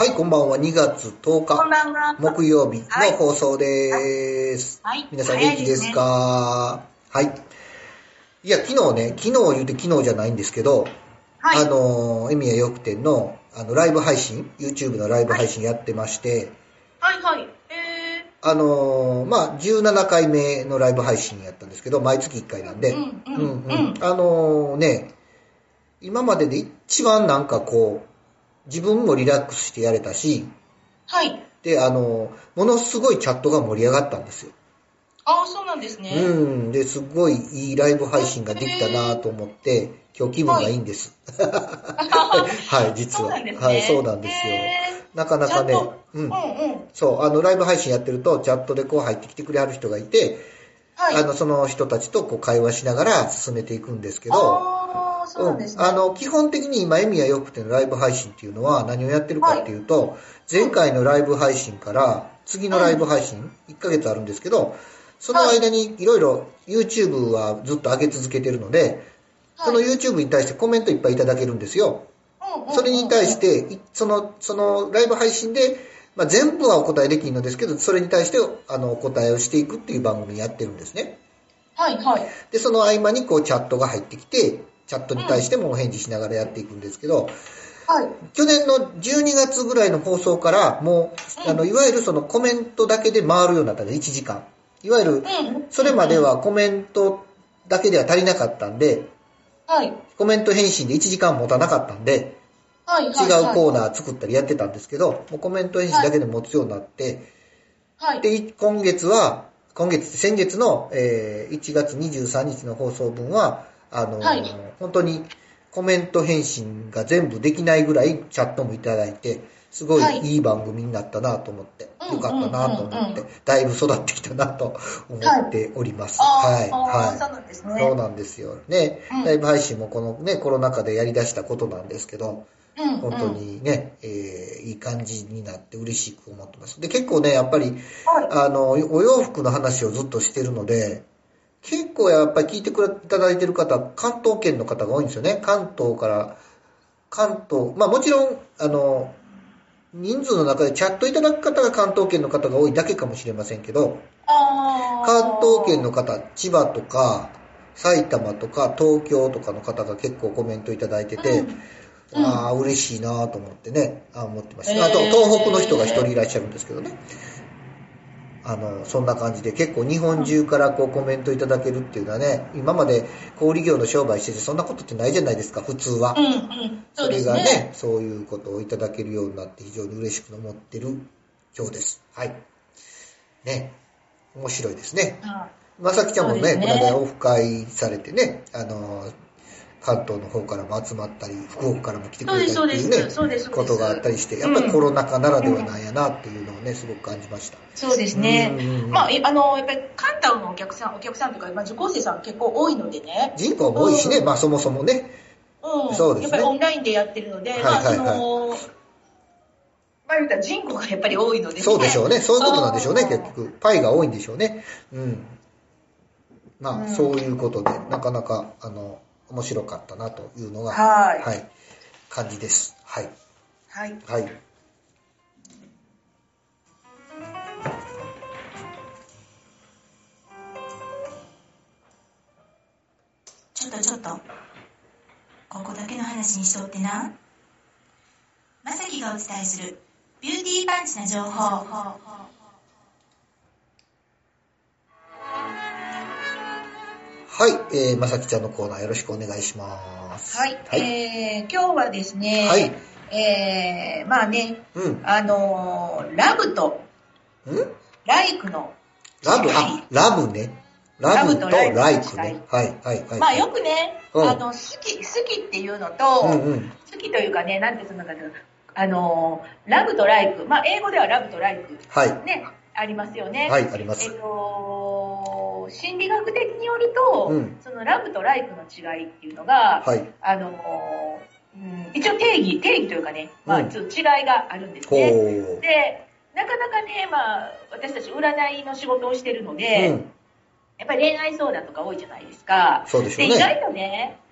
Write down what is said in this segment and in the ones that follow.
はい、こんばんは。2月10日、 こんばんは。 木曜日のはい。 放送でーす。 はい。 皆さん元気です早いですね。 か？はい。いや、昨日言うて昨日じゃないんですけど、 はい。 エミヤ洋服店の、ライブ配信、YouTube のライブはい。 配信やってまして、 はい。はい。 17回目のライブ配信やったんですけど、毎月1回なんで、 うん、ううんうん、うん。 ん。 今までで一番なんかこう、自分もリラックスしてやれたし、 はい。 で、ものすごいチャットが盛り上がったんですよ。 ああ、そうなんですうね。 ん。で、すごいいいライブ配信ができたなと思って、今日気分はい。 がいいんです。 あはははい、実は。 そうなんですはい、そうね。 なんですよ。 へえ。 なかなかね、 チャット。うん、うん。 そう、ライブ配信やってると、チャットでこう入ってきてくれはる人がいて、 はい。 その人たちとこう会話しながら進めていくんですけど、 ああ、そうなんですね。 基本的に今、エミヤよくてのライブ配信っていうのは何をやってるかはい。 っていうと、前うん、 回のライブ配信から次のライブうん。 配信、1ヶ月あるんですけど、そのはい。 間にいろいろ YouTube はずっと上げ続けてるので、そのはい。 YouTube に対してコメントいっぱいいただけるんですよ。 うん、うん、 それにうん、うん。 対して、そのライブ配信で、まあ、全部はお答えできるのですけど、それに対してお答えをしていくっていう番組やってるんですね。 はい、はい。 で、その合間にこうチャットが入ってきて、チャットに対しうん。 てもお返事しながらやっていくんですけど、 はい。 去年の12月ぐらいの放送からもう、 うん。 いわゆるそのコメントだけで回るようになったんで、1時間。いわゆる、 うん、うん、うん。 それまでうんはコメントだけでは足りなかったんで、 はい。 コメント返信で1時間持たなかったんで、 はい、 違はい、はい。 うコーナー作ったりやってたんですけど、もうコメント返信はい。 だけで持つようになって、 はい。 で、先月の、1月23日の放送分は、 はい。 本当にコメント返信が全部できないぐらいチャットもいただいて、すごいはい。 いい番組になったなと思って、 うん、 よかうん、うん、 ったなと思って、 うん。 だいぶ育ってきたなと思っはい。 ております。はい、 ああ、 はい。 そうなんですね。 そうなんですよ。ね、 うん。 ライブ配信もこのね、コロナ禍でやり出したことなんですけど、 うん、 本当うん。 にね、いい感じになって嬉しく思ってます。で、結構ね、やっぱり、 はい。 お洋服の話をずっとしてるので、結構やっぱり聞いていただいてる方、関東圏の方が多いんですよね。関東、まあもちろん、人数の中でチャットいただく方が関東圏の方が多いだけかもしれませんけど、 あ関東圏あ、 の方、千葉とか、埼玉とか、東京とかの方が結構コメントいただいてて、 うん、うん。 ああ、嬉しいなと思ってね、思ってました。あと、東北の人が一人いええらっしゃるんですけどね。そんな感じで結構日本うん、 中からこうコメントいただけるっていうのはね、今まで小売業の商売しててそんなことってないじゃないですか、普通は。 うん、うん。そそうでれがね、 すね。 そういうことをいただけるようになって非常に嬉しく思ってる今日です。はい。ね、面白いですね。 あ、 まさきちゃんそうですもね、この間オね。 フ会されてね、関東の方からも集まったり、福岡からも来てくそうです、 れたりっそうです。 ていうね、 そうです、そうことがあっです。 たりして、やうん、 っぱりコロナ禍ならではなんうん。 やなっていうのをね、すごく感じました。 そうですうんうんね。まあ、 うん。 やっぱり関東のお客さんというか、まあ、受講生さん結構多いのでね。 人口も多いしね、 うん、 まあそもそもね。そううん。 ですね。 やっぱりオンラインでやってるので、 はいまあ、 はいはい。 まあ、言うたら人口がやっぱり多いのでね。 そうでしょうね。そういうことなんでしょうね、結う局。パイが多いんでしょうね。うん。 ん、 まあ、 うん。 そういうことで、なかなか、面白かったなというのが、 はい。 はい、感じです。はい。 はい。 はい。 ちょっと、ここだけの話にしとってな。まさきがお伝えするビューティーパンチな情報。 はい、まさきちゃんのコーナーよろしくお願いします。 はい。 はい。 今日はですはい。 ね、まあね、 うん。 ラブとんライクのラブ、 違い。 ラブね。ララブブととライクのライクね。 違い。 はい、はい、はい、 まあはい。 よくね、 うん。 好きっていうのうんと、 うん。 好きというかね、なんてそんなかというラブとライク。まあ英語ではラブとライク。 はい。 ね、ありますよね。 はい、あります。 心理学的によると、 うん。 そのラブとライクの違いっていうのが、 はい。 一応定義というかね、まあうん。 ちょっと違いがあるんですほね。 う。 で、なかなかね、まあ私たち占いの仕事をしてるので、 うん。 やっぱり恋愛相談とか多いじゃないですか。 そうでしょうで、意ね。 外とね、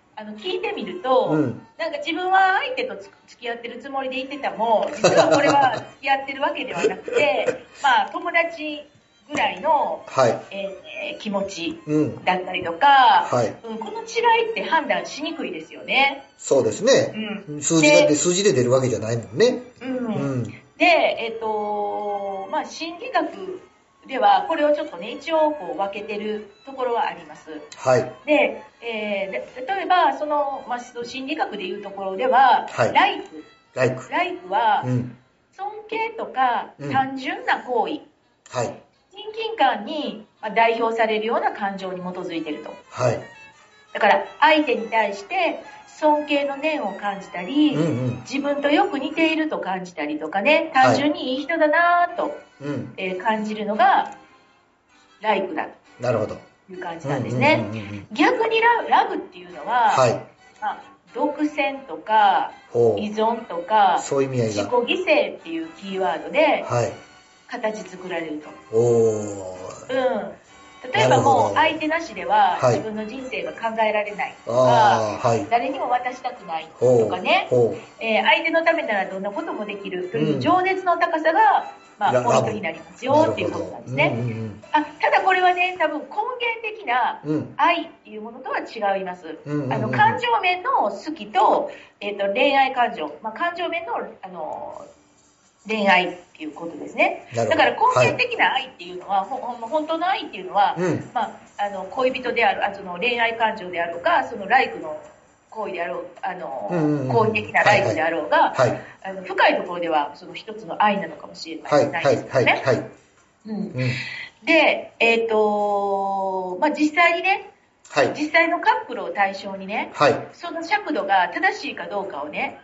聞いてみると、 うん。 なんか自分は相手と付き合ってるつもりで言ってたも、実はこれは付き合ってるわけではなくて、まあ友達ぐらいの、 はい。 気持ちうん。 だったりとか、 はい。 この違いって判断しにくいですよね。 そうですね。数字だって数字で出るわけじゃないもんね。うん。 で、まあ心理学ではこれをちょっとね、一応こう分けてるところはあります。 はい。 で、例えば、まあ、心理学でいうところでは、 はい。 ライクライクは、 うん。 尊敬とか単純な行為、 はい。 親近感に代表されるような感情に基づいていると。 はい。 だから、相手に対して尊敬の念を感じたり、 うんうん。 自分とよく似ていると感じたりとかね、単純にいい人だなぁと、 うん。 感じるのが、ライクだなるほど。 という感じなんですね。 うんうんうんうん。 逆にラブっていうのは、 はい。 まあ、独占とかほう。 依存とかそういう意味合い自己が。 犠牲っていうキーワードではい。 形作られると。 おー。 例えばなるほどもう相手なしでははい自分の人生が考えられないとか、 はい。 誰にも渡したくないほう。 とかね、 ほう。 相手のためならどんなこともできるという情熱の高さが、まあ、ポイントになりますよっていうことなんですね。 うんうんうん。 ただこれはね、多分根源的なうん。 愛っていうものとは違います。 うんうんうんうん。 感情面の好きと、恋愛感情、まあ、感情面の、恋愛っていうことですね。 なるほど。 だから根源的な愛っていうのは、本当の愛っていうのは、 うん。 まあ、恋人である、恋愛感情であろうか、そのライクの行為であろう、好意的なライクであろうが、 はい。 深いところではその一つの愛なのかもしれないですね。 はい。はい。はい。はい。 うん。 うん。 で、まあ、実際にね、 はい。 実際のカップルを対象にね、 はい。 その尺度が正しいかどうかをね、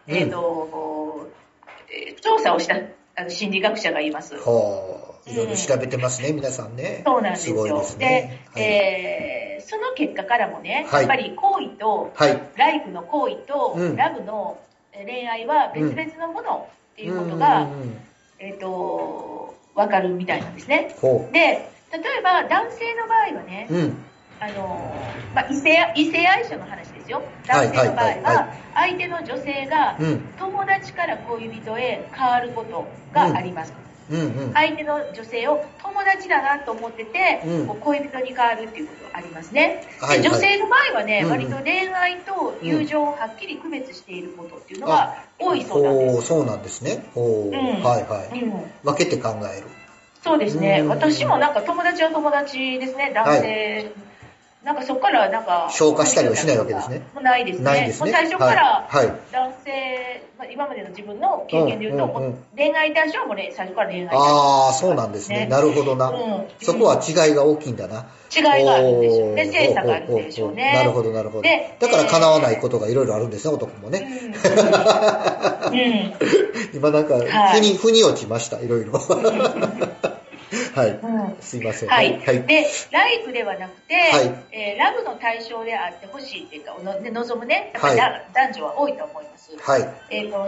調査をした心理学者がいます。 ほう。いろいろ調べてますね、皆さんね。 そうなんですよ。 すごいですね。 で、その結果からもね、 はいやっぱり行為と、 はい。 ライクの行為と、 うんラブの恋愛は別々のものっていうことが、わかるみたいなんですね。 ほう。 で、例えば男性の場合はね、 うん。 まあ、異性愛者の話ですよ。男性の場合は、相手の女性が友達から恋人へ変わることがあります。 うんうん。 相手の女性を友達だなと思ってて、恋人に変わるっていうことがありますね。で女性の場合はね、割と恋愛と友情をはっきり区別していることっていうのが多いそうなんです。 そうなんですね。はいはい。分けて考える。 そうですね。私もなんか友達は友達ですね、男性。なんかそこからなんか消化したりはしないわけですね。 もうないですね。 ないですね。 もう最初から男性、今までの自分の経験で言うと、恋愛対象はもう最初から恋愛対象。 ああ、そうなんですね。なるほどな。そこは違いが大きいんだな。 違いがあるんでしょうね。性差があるんでしょうね。 なるほどなるほど。だから叶わないことがいろいろあるんですね、男もね。今なんか腑に落ちました、いろいろ。はい。すいません。 はい。で、ライクではなくて、ラブの対象であってほしいっていうか、望むね、やっぱり男女は多いと思います。はい。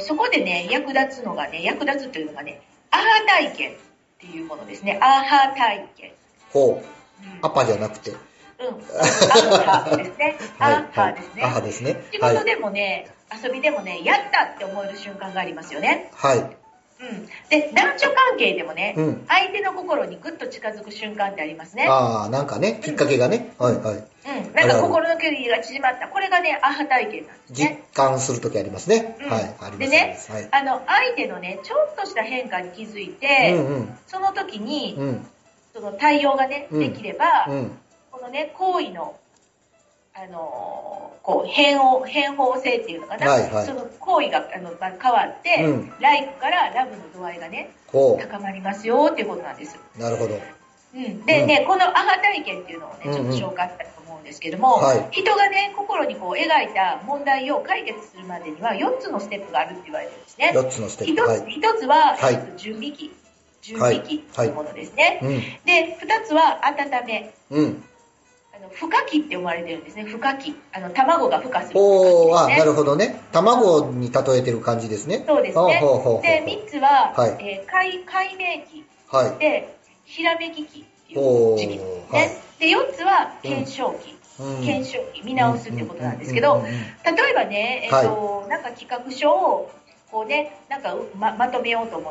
そこでね、役立つというのがね、アハ体験っていうものですね。アハ体験。 ほう。アパじゃなくて。 アハですね。アハですね。 アハですね。 仕事でもね、遊びでもね、やったって思える瞬間がありますよね。 はい。 で、男女関係でもね、相手の心にぐっと近づく瞬間ってありますね。 ああ、なんかね、きっかけがね。はいはい。 なんか心の距離が縮まった。これがね、アハ体験なんですね。 実感するときありますね。はい、あります。 でね、相手のね、ちょっとした変化に気づいて、その時に、その対応がね、できれば、このね、行為の、こう変法性っていうのかな、その行為が変わって、ライクからラブの度合いがね、高まりますよっていうことなんです。 なるほど。 でね、このアハ体験っていうのをね、ちょっと紹介したいと思うんですけども、人がね、心にこう描いた問題を解決するまでには4つのステップがあるって言われてるんですね。 4つのステップ。 1つは、準備期というものですね。で、2つは温め。孵化器って思われてるんですね。孵化器。卵が孵化する。 なるほどね。卵に例えてる感じですね。 そうですね。で、3つは、解明期。で、ひらめき期っていう時期ですね。で、4つは検証期。 検証期、見直すってことなんですけど、例えばね、なんか企画書を、こうね、なんか まとめようと思って、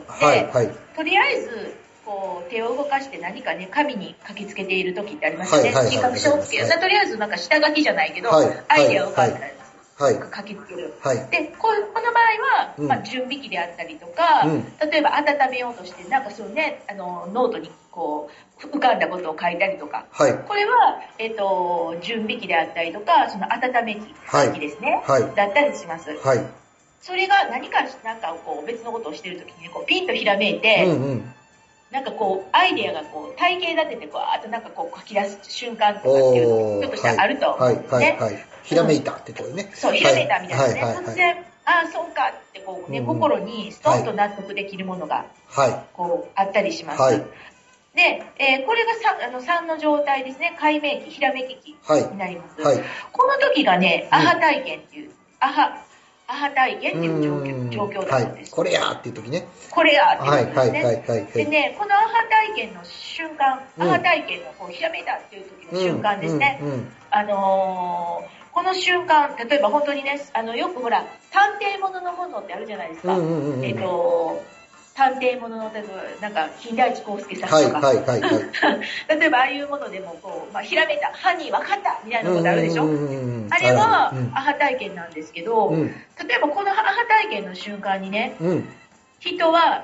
とりあえず、こう、手を動かして何かね、紙に書きつけている時ってありますよね。企画書をつける。とりあえずなんか下書きじゃないけど、アイデアを書いてあります。書きつける。で、この場合は、準備期であったりとか、例えば温めようとして、なんかそうね、ノートにこう、浮かんだことを書いたりとか、これは、準備期であったりとか、その温め期ですね、だったりします。それが何か、なんかこう、別のことをしているときに、こう、ピンとひらめいて、なんかこう、アイデアがこう、体系立てて、こう、あとなんかこう、書き出す瞬間とかっていうのが、ちょっとしたあると思うんですね。 ひらめいたってところね。 そう、ひらめいたみたいなね。突然、ああ、そうかってこうね、心にストンと納得できるものが、こう、あったりします。で、これが3の状態ですね。解明期、ひらめき期になります。この時がね、アハ体験っていう、アハ体験っていう状況だそうです。 これやっていう時ね。 これやっていう時ですね。でね、このアハ体験の瞬間、アハ体験のこうひらめいたっていう時の瞬間ですね。この瞬間、例えば本当にね、よくほら、探偵物の本ってあるじゃないですか。探偵物の、例えば、なんか、金田一耕助さんとか。例えば、ああいうものでも、こう、ひらめいた、犯人分かったみたいなことあるでしょ。あれは、アハ体験なんですけど、例えば、このアハ体験の瞬間にね、人は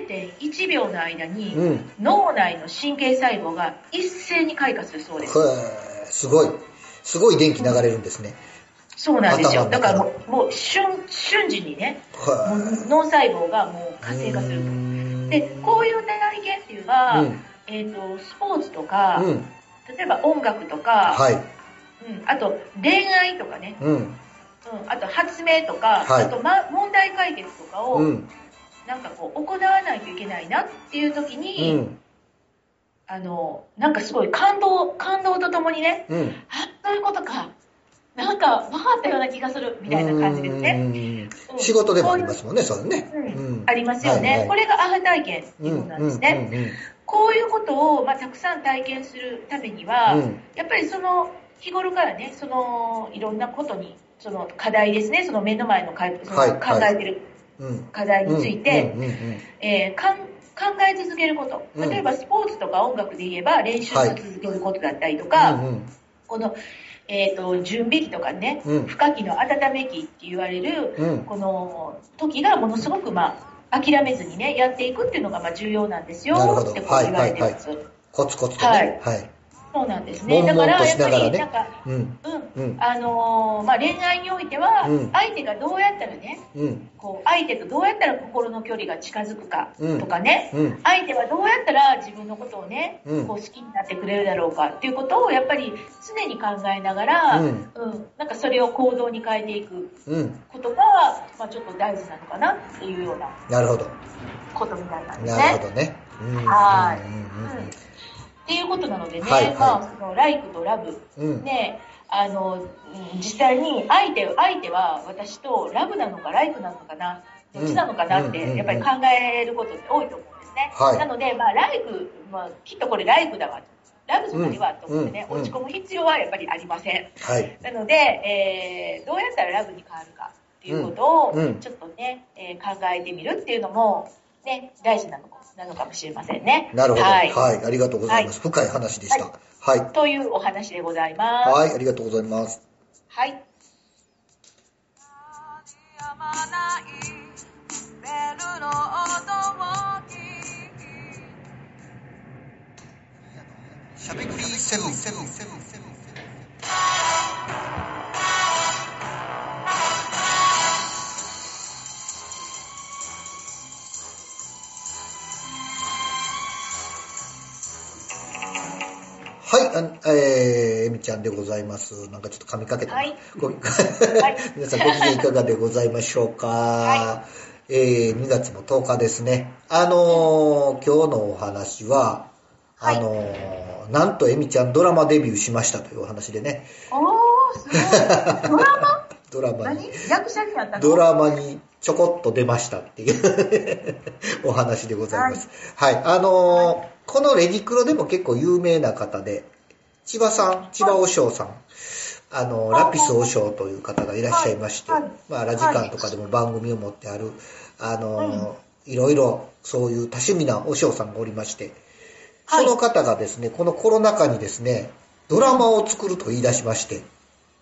0.1 秒の間に、脳内の神経細胞が一斉に開花するそうです。 すごい。すごい電気流れるんですね。 そうなんですよ。だからもう瞬時にね、脳細胞がもう活性化する。で、こういう体験っていうのは、スポーツとか、例えば音楽とか、あと恋愛とかね、あと発明とか、あと問題解決とかを、なんかこう行わないといけないなっていう時に、なんかすごい感動とともにね、そういうことか。なんか、分かったような気がする、みたいな感じですね。 仕事でもありますもんね、そうね。 ありますよね。これがアハ体験っていうものなんですね。こういうことを、たくさん体験するためには、やっぱり日頃からね、いろんなことに、課題ですね、目の前の考えてる課題について、考え続けること。例えば、スポーツとか音楽で言えば、練習を続けることだったりとか、この、準備期とかね、不可期の温め期って言われる、この時がものすごく諦めずにね、やっていくっていうのが重要なんですよってこう言われてます。 コツコツとね。 そうなんですね。だからやっぱりなんか、恋愛においては、相手がどうやったらね、こう相手とどうやったら心の距離が近づくかとかね、相手はどうやったら自分のことをね、こう好きになってくれるだろうかっていうことをやっぱり常に考えながら、なんかそれを行動に変えていくことが、ちょっと大事なのかなっていうようなことみたいなんですね。 なるほどね。 っていうことなのでね、ライクとラブ、ね、実際に相手は私とラブなのかライクなのかな、どっちなのかなって、やっぱり考えることって多いと思うんですね。なので、ライク、きっとこれライクだわ、ラブじゃないわと思ってね、落ち込む必要はやっぱりありません。なので、どうやったらラブに変わるかっていうことを、ちょっとね、考えてみるっていうのも、ね、大事なのかもしれませんね。 なるほど。はい。ありがとうございます。深い話でした。はい。 というお話でございます。 はい、ありがとうございます。 はい。 しゃべくり7。はい、えみちゃんでございます。なんかちょっと噛みかけた。皆さんご機嫌いかがでございましょうか。2月も10日ですね。今日のお話は、なんとえみちゃんドラマデビューしましたというお話でね。 すごい。ドラマに役者になったの？ ドラマにちょこっと出ましたっていうお話でございます。はい。このレジクロでも結構有名な方で、 千葉和尚さん、ラピス和尚という方がいらっしゃいまして、まあ、ラジカンとかでも番組を持ってある、いろいろそういう多趣味な和尚さんがおりまして、その方がですね、このコロナ禍にですね、ドラマを作ると言い出しまして、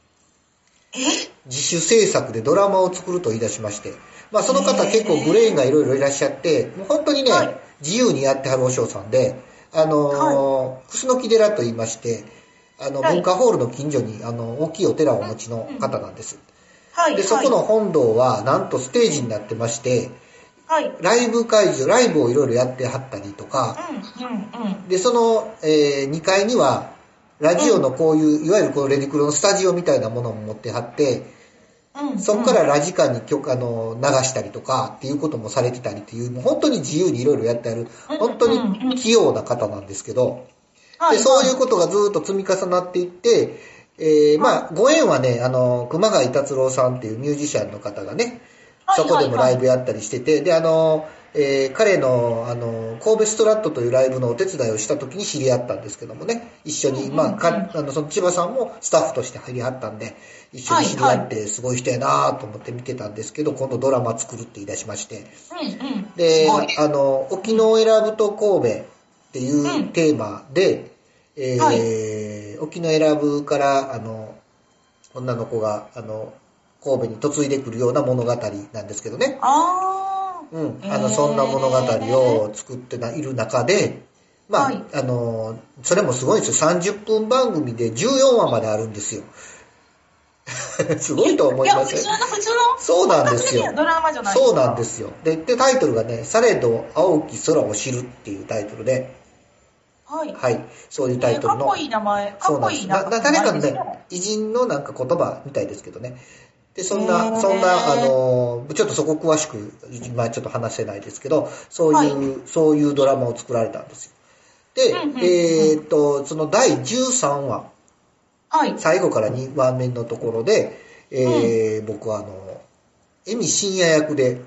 自主制作でドラマを作ると言い出しまして、まあその方結構ブレインがいろいろいらっしゃって、もう本当にね、自由にやってはる和尚さんで、楠木寺と言いまして、文化ホールの近所に大きいお寺をお持ちの方なんです。で、そこの本堂はなんとステージになってまして、ライブ会場、ライブをいろいろやってはったりとか、で、その、2階には、ラジオのこういう、いわゆるこのレディクロのスタジオみたいなものも持ってはって、そこからラジカンに流したりとかっていうこともされてたりっていう、もう本当に自由にいろいろやってある、本当に器用な方なんですけど、でそういうことがずっと積み重なっていって、まあ、ご縁はね、熊谷達郎さんっていうミュージシャンの方がね、そこでもライブやったりしてて、で、彼の、神戸ストラットというライブのお手伝いをした時に知り合ったんですけどもね、一緒に、まあ、その千葉さんもスタッフとして入りはったんで、一緒に知り合ってすごい人やなと思って見てたんですけど、今度ドラマ作るって言い出しまして、で、沖永良部と神戸っていうテーマで、沖永良部から、女の子が、神戸に嫁いでくるような物語なんですけどね。そんな物語を作っている中で、まあ、それもすごいですよ。30分番組で14話まであるんですよ。すごいと思いますね。 普通のそうなんですよ。 ドラマじゃないそうなんですよ。で、タイトルがね、されど青き空を知るっていうタイトルで、はい。そういうタイトルの。 かっこいい名前。かっこいい名前。 誰かのね、偉人のなんか言葉みたいですけどね。で、そんな、ちょっとそこ詳しく、今ちょっと話せないですけど、そういうドラマを作られたんですよ。で、その第13話、最後から2話目のところで、僕は恵美深夜役で、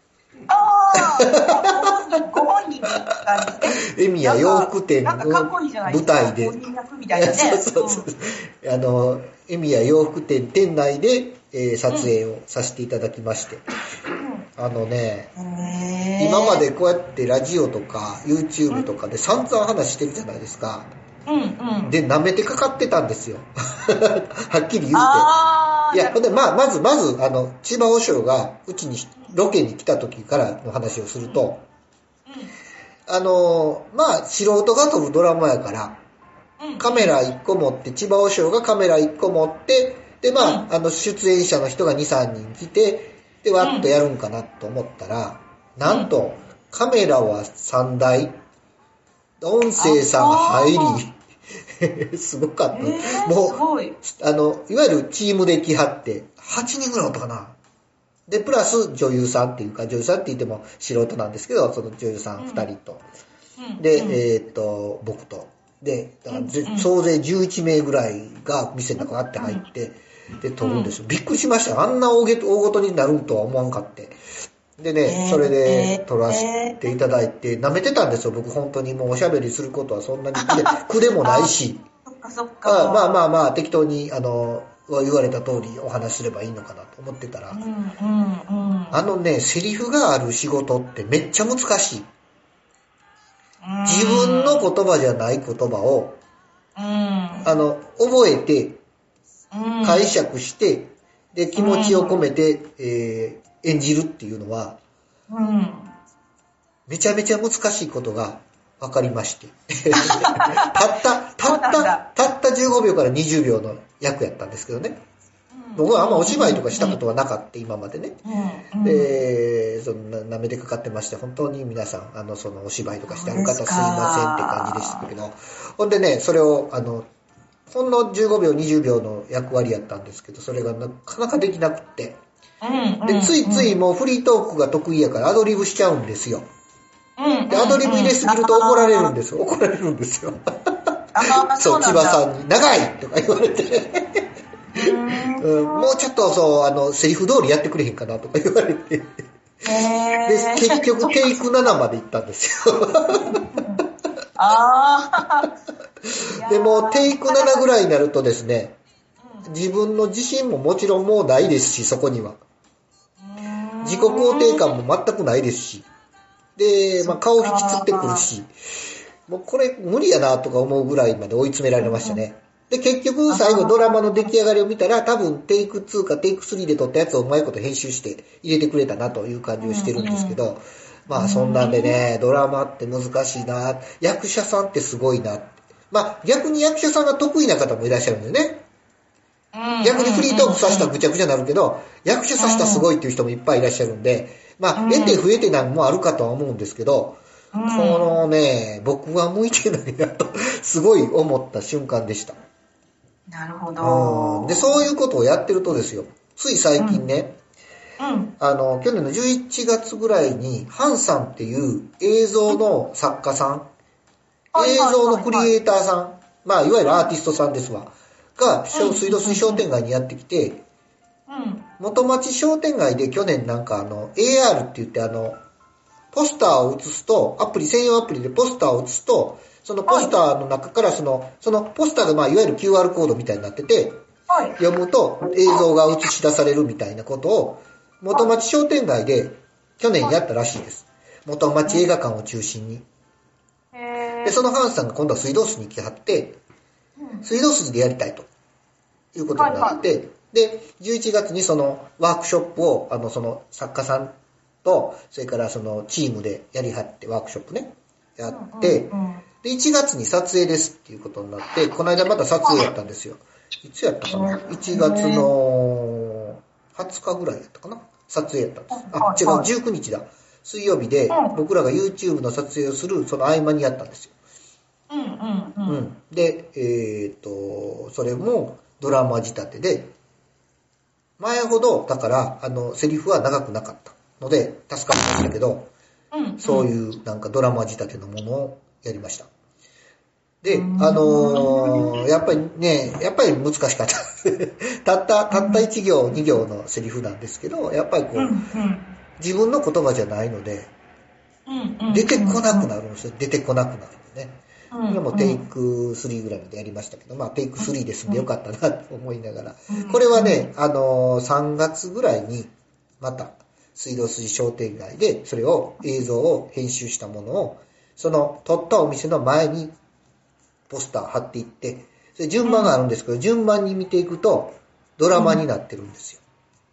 ご本人なんですね。 恵美や洋服店の舞台で、恵美や洋服店店内で、撮影をさせていただきまして、今までこうやってラジオとか YouTube とかで散々話してるじゃないですか。で、舐めてかかってたんですよ。はっきり言うて。いや、ほんで、まず、千葉和尚がうちにロケに来た時からの話をすると、素人が撮るドラマやから、カメラ1個持って、千葉和尚がカメラ1個持って、で、出演者の人が2、3人来て、で、わっとやるんかなと思ったら、なんと、カメラは3台、音声さん入り、すごかった。もう、いわゆるチームで来はって、8人ぐらいおったかな。で、プラス女優さんっていうか、女優さんって言っても素人なんですけど、その女優さん2人と。で、僕と。で、総勢11名ぐらいが店の中にあって入って、で、撮るんですよ。びっくりしました。あんな大ごとになるとは思わんかって。でね、それで撮らせていただいて、舐めてたんですよ。僕本当にもうおしゃべりすることはそんなに苦でもないし。 そっか。 まあ、適当に、言われた通りお話しすればいいのかなと思ってたら、セリフがある仕事ってめっちゃ難しい。自分の言葉じゃない言葉を、覚えて、解釈して、で、気持ちを込めて、演じるっていうのは、めちゃめちゃ難しいことが分かりまして。たった15秒から20秒の役やったんですけどね。僕はあんまお芝居とかしたことはなかった、今までね。そんな舐めてかかってまして、本当に皆さん、そのお芝居とかしてある方すいませんって感じでしたけど、ほんでね、それを、ほんの15秒、20秒の役割やったんですけど、それがなかなかできなくって。で、ついついもうフリートークが得意やからアドリブしちゃうんですよ。で、アドリブ入れすぎると怒られるんですよ。そう、千葉さんに、長いとか言われて。もうちょっとセリフ通りやってくれへんかなとか言われて。で、結局テイク7まで行ったんですよ。 でも、テイク7ぐらいになるとですね、自分の自信ももちろんもうないですし、そこには。自己肯定感も全くないですし。で、顔引きつってくるし、もうこれ無理やなとか思うぐらいまで追い詰められましたね。で、結局最後ドラマの出来上がりを見たら、多分テイク2かテイク3で撮ったやつをうまいこと編集して入れてくれたなという感じをしてるんですけど、そんなんでね、ドラマって難しいな、役者さんってすごいな。逆に役者さんが得意な方もいらっしゃるんだよね。逆にフリートークさせたらぐちゃぐちゃになるけど、役者させたらすごいっていう人もいっぱいいらっしゃるんで、得て増えてなんもあるかとは思うんですけど、このね、僕は向いてないなと、すごい思った瞬間でした。 なるほど。 で、そういうことをやってるとですよ、つい最近ね、去年の11月ぐらいに、ハンさんっていう映像の作家さん、映像のクリエイターさん、いわゆるアーティストさんですわ、が、水道水商店街にやってきて、元町商店街で去年AR って言ってポスターを映すと、専用アプリでポスターを映すと、そのポスターの中からそのポスターがいわゆる QR コードみたいになってて、読むと映像が映し出されるみたいなことを、元町商店街で去年やったらしいです。元町映画館を中心に。で、そのハンさんが今度は水道水に来はって、水道水でやりたいということになって、で、11月にそのワークショップを、その作家さんと、それからそのチームでやりはって、ワークショップね、やって、で、1月に撮影ですっていうことになって、この間また撮影やったんですよ。いつやったかな ?1 月の20日ぐらいやったかな撮影やったんです。違う、19日だ。水曜日で、僕らが YouTube の撮影をする、その合間にやったんですよ。で、それもドラマ仕立てで、前ほど、だから、セリフは長くなかったので、助かりましたけど、そういうドラマ仕立てのものをやりました。で、やっぱり難しかった。たった1行、2行のセリフなんですけど、やっぱり自分の言葉じゃないので、出てこなくなるんですよ。出てこなくなるんですね。これもテイク3ぐらいまでやりましたけど、テイク3ですんでよかったなと思いながら。これはね、3月ぐらいに、また、水道水商店街で、それを、映像を編集したものを、その、撮ったお店の前に、ポスター貼っていって、それ順番があるんですけど、順番に見ていくと、ドラマになってるんですよ。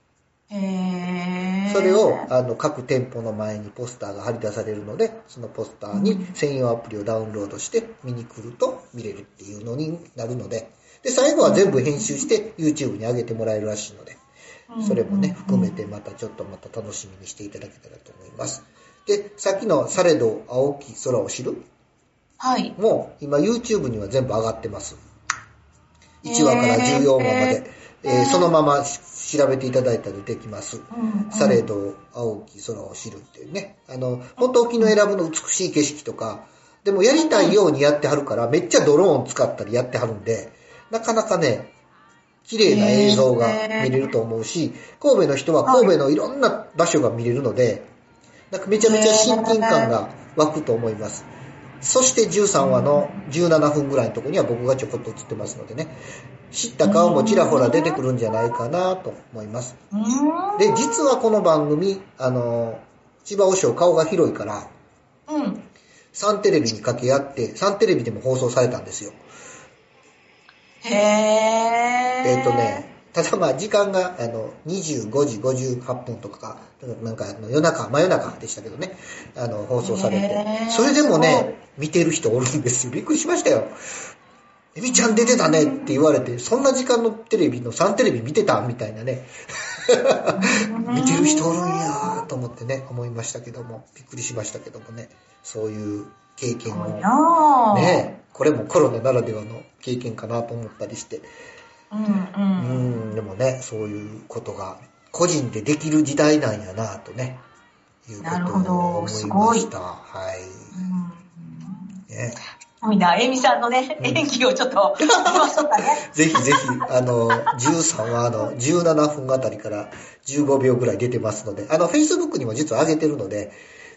それを各店舗の前にポスターが貼り出されるので、そのポスターに専用アプリをダウンロードして見に来ると見れるっていうのになるので、で、最後は全部編集して YouTube に上げてもらえるらしいので、それもね、含めてまた楽しみにしていただけたらと思います。で、さっきのされど青き空を知るもう今 YouTube には全部上がってます。1話から14話まで。そのまま調べていただいたら出てきます。されど青き空を知るっていうね。本当沖永良部の美しい景色とか、でもやりたいようにやってはるから、めっちゃドローン使ったりやってはるんで、なかなかね、綺麗な映像が見れると思うし、神戸の人は神戸のいろんな場所が見れるので、めちゃめちゃ親近感が湧くと思います。そして13話の17分ぐらいのところには僕がちょこっと映ってますのでね、知った顔もちらほら出てくるんじゃないかなと思います。で、実はこの番組、千葉和尚顔が広いから、サンテレビに掛け合って、サンテレビでも放送されたんですよ。ただ時間が25時58分とか真夜中でしたけどね、放送されて、それでもね、見てる人おるんですよ。びっくりしましたよ。エミちゃん出てたねって言われて、そんな時間のテレビのサンテレビ見てたみたいなね見てる人おるんやと思ってね、思いましたけども、びっくりしましたけどもね、そういう経験をね、これもコロナならではの経験かなと思ったりして、でもね、そういうことが個人でできる時代なんやなとね、いうことを思いました。はい。ね。 みんな、エミさんのね、演技をちょっと見ましょうかね。 ぜひぜひ、13話の17分あたりから15秒ぐらい出てますので、Facebook にも実は上げてるので、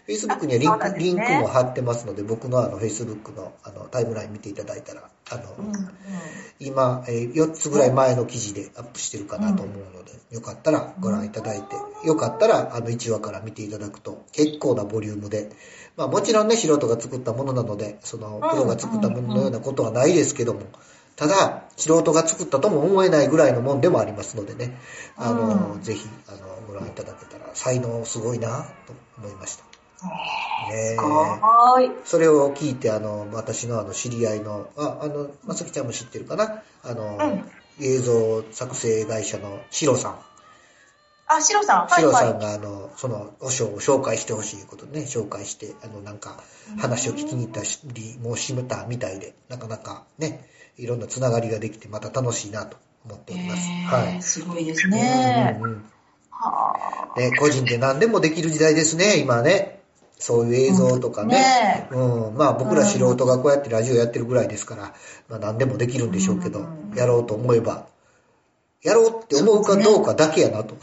Facebook にはリンクも貼ってますので、僕のFacebook のタイムライン見ていただいたら、今、4つぐらい前の記事でアップしてるかなと思うので、よかったらご覧いただいて、よかったら1話から見ていただくと結構なボリュームで、まあもちろんね、素人が作ったものなので、プロが作ったもののようなことはないですけども、ただ、素人が作ったとも思えないぐらいのもんでもありますのでね、ぜひ、ご覧いただけたら、才能すごいなと思いました。 すごい。 それを聞いて、私の知り合いの、まさきちゃんも知ってるかな、映像作成会社のシロさん。 シロさん。 シロさんが、その、お賞を紹介してほしいことでね、紹介して、なんか、話を聞きに行ったりもしめたみたいで、なかなかね、いろんなつながりができて、また楽しいなと思っております。はい。 すごいですね。 ね、個人で何でもできる時代ですね、今ね。そういう映像とかね。まあ僕ら素人がこうやってラジオやってるぐらいですから、まあ何でもできるんでしょうけど、やろうと思えば、やろうって思うかどうかだけやなと。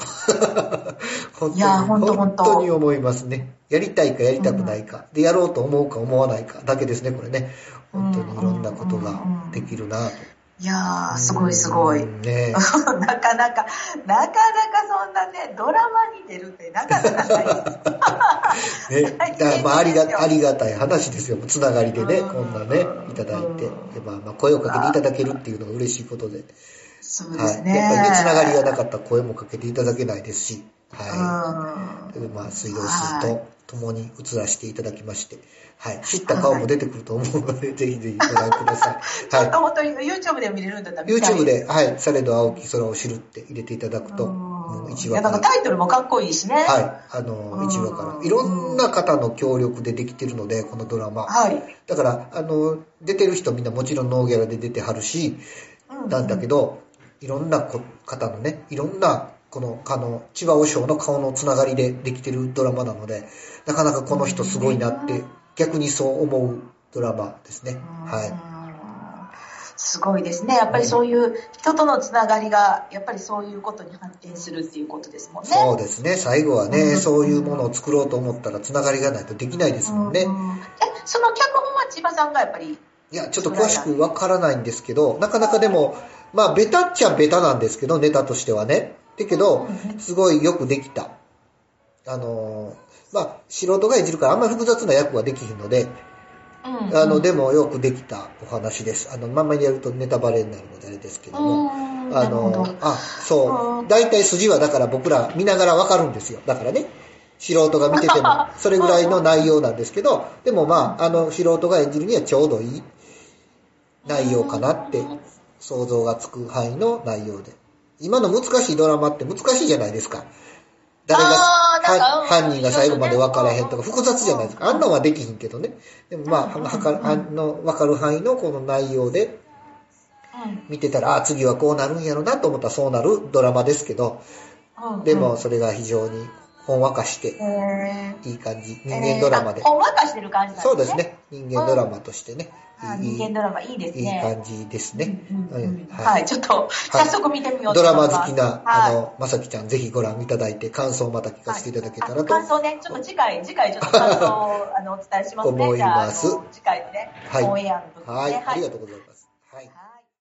本当に思いますね。やりたいかやりたくないか。で、やろうと思うか思わないかだけですね、これね。本当にいろんなことができるなと。 いやー、すごいすごい。 ね、 なかなかそんなね、ドラマに出るってなかなかないです。 ね、まあ、ありがたい話ですよ。つながりでね、こんなね、いただいて。まあ、声をかけていただけるっていうのが嬉しいことで。 そうですね。 やっぱりね、つながりがなかったら声もかけていただけないですし、はい。まあ、水道水と共に映らせていただきまして、はい。知った顔も出てくると思うので、ぜひぜひご覧ください。 ちょっと本当に YouTube で見れるんだったら見たい。 YouTube で、はい。されど青き空を知るって入れていただくと、1話から。 なんかタイトルもかっこいいしね。 はい。1話から。いろんな方の協力でできてるので、このドラマ。 はい。 だから、出てる人みんなもちろんノーギャラで出てはるし、なんだけど、いろんな方のね、いろんな、千葉和尚の顔のつながりでできてるドラマなので、なかなかこの人すごいなって、逆にそう思うドラマですね。はい。 すごいですね。やっぱりそういう人とのつながりが、やっぱりそういうことに発展するっていうことですもんね。 そうですね。最後はね、そういうものを作ろうと思ったらつながりがないとできないですもんね。 その脚本は千葉さんがやっぱり？ いや、ちょっと詳しくわからないんですけど、なかなかでも、まあ、ベタっちゃベタなんですけど、ネタとしてはね。だけど、すごいよくできた。まあ、素人が演じるからあんまり複雑な役はできひんので、でもよくできたお話です。まんまりやるとネタバレになるのであれですけども。そう。大体筋はだから僕ら見ながらわかるんですよ。だからね。素人が見てても、それぐらいの内容なんですけど、でもまあ、素人が演じるにはちょうどいい内容かなって、想像がつく範囲の内容で。今の難しいドラマって難しいじゃないですか。誰が、犯人が最後まで分からへんとか複雑じゃないですか。あんなんはできひんけどね。でもまあ、分かる範囲のこの内容で、見てたら、次はこうなるんやろなと思ったらそうなるドラマですけど、でもそれが非常にほんわかして、いい感じ。人間ドラマで。 ほんわかしてる感じなんですね。 そうですね。人間ドラマとしてね。 人間ドラマいいですね。 いい感じですね。 はい。ちょっと、早速見てみようと思います。ドラマ好きな、まさきちゃん、ぜひご覧いただいて、感想をまた聞かせていただけたらと。 感想ね、ちょっと次回ちょっと感想をお伝えしますね。 思います。 次回のね、オンエアの時ね。 はい。ありがとうございます。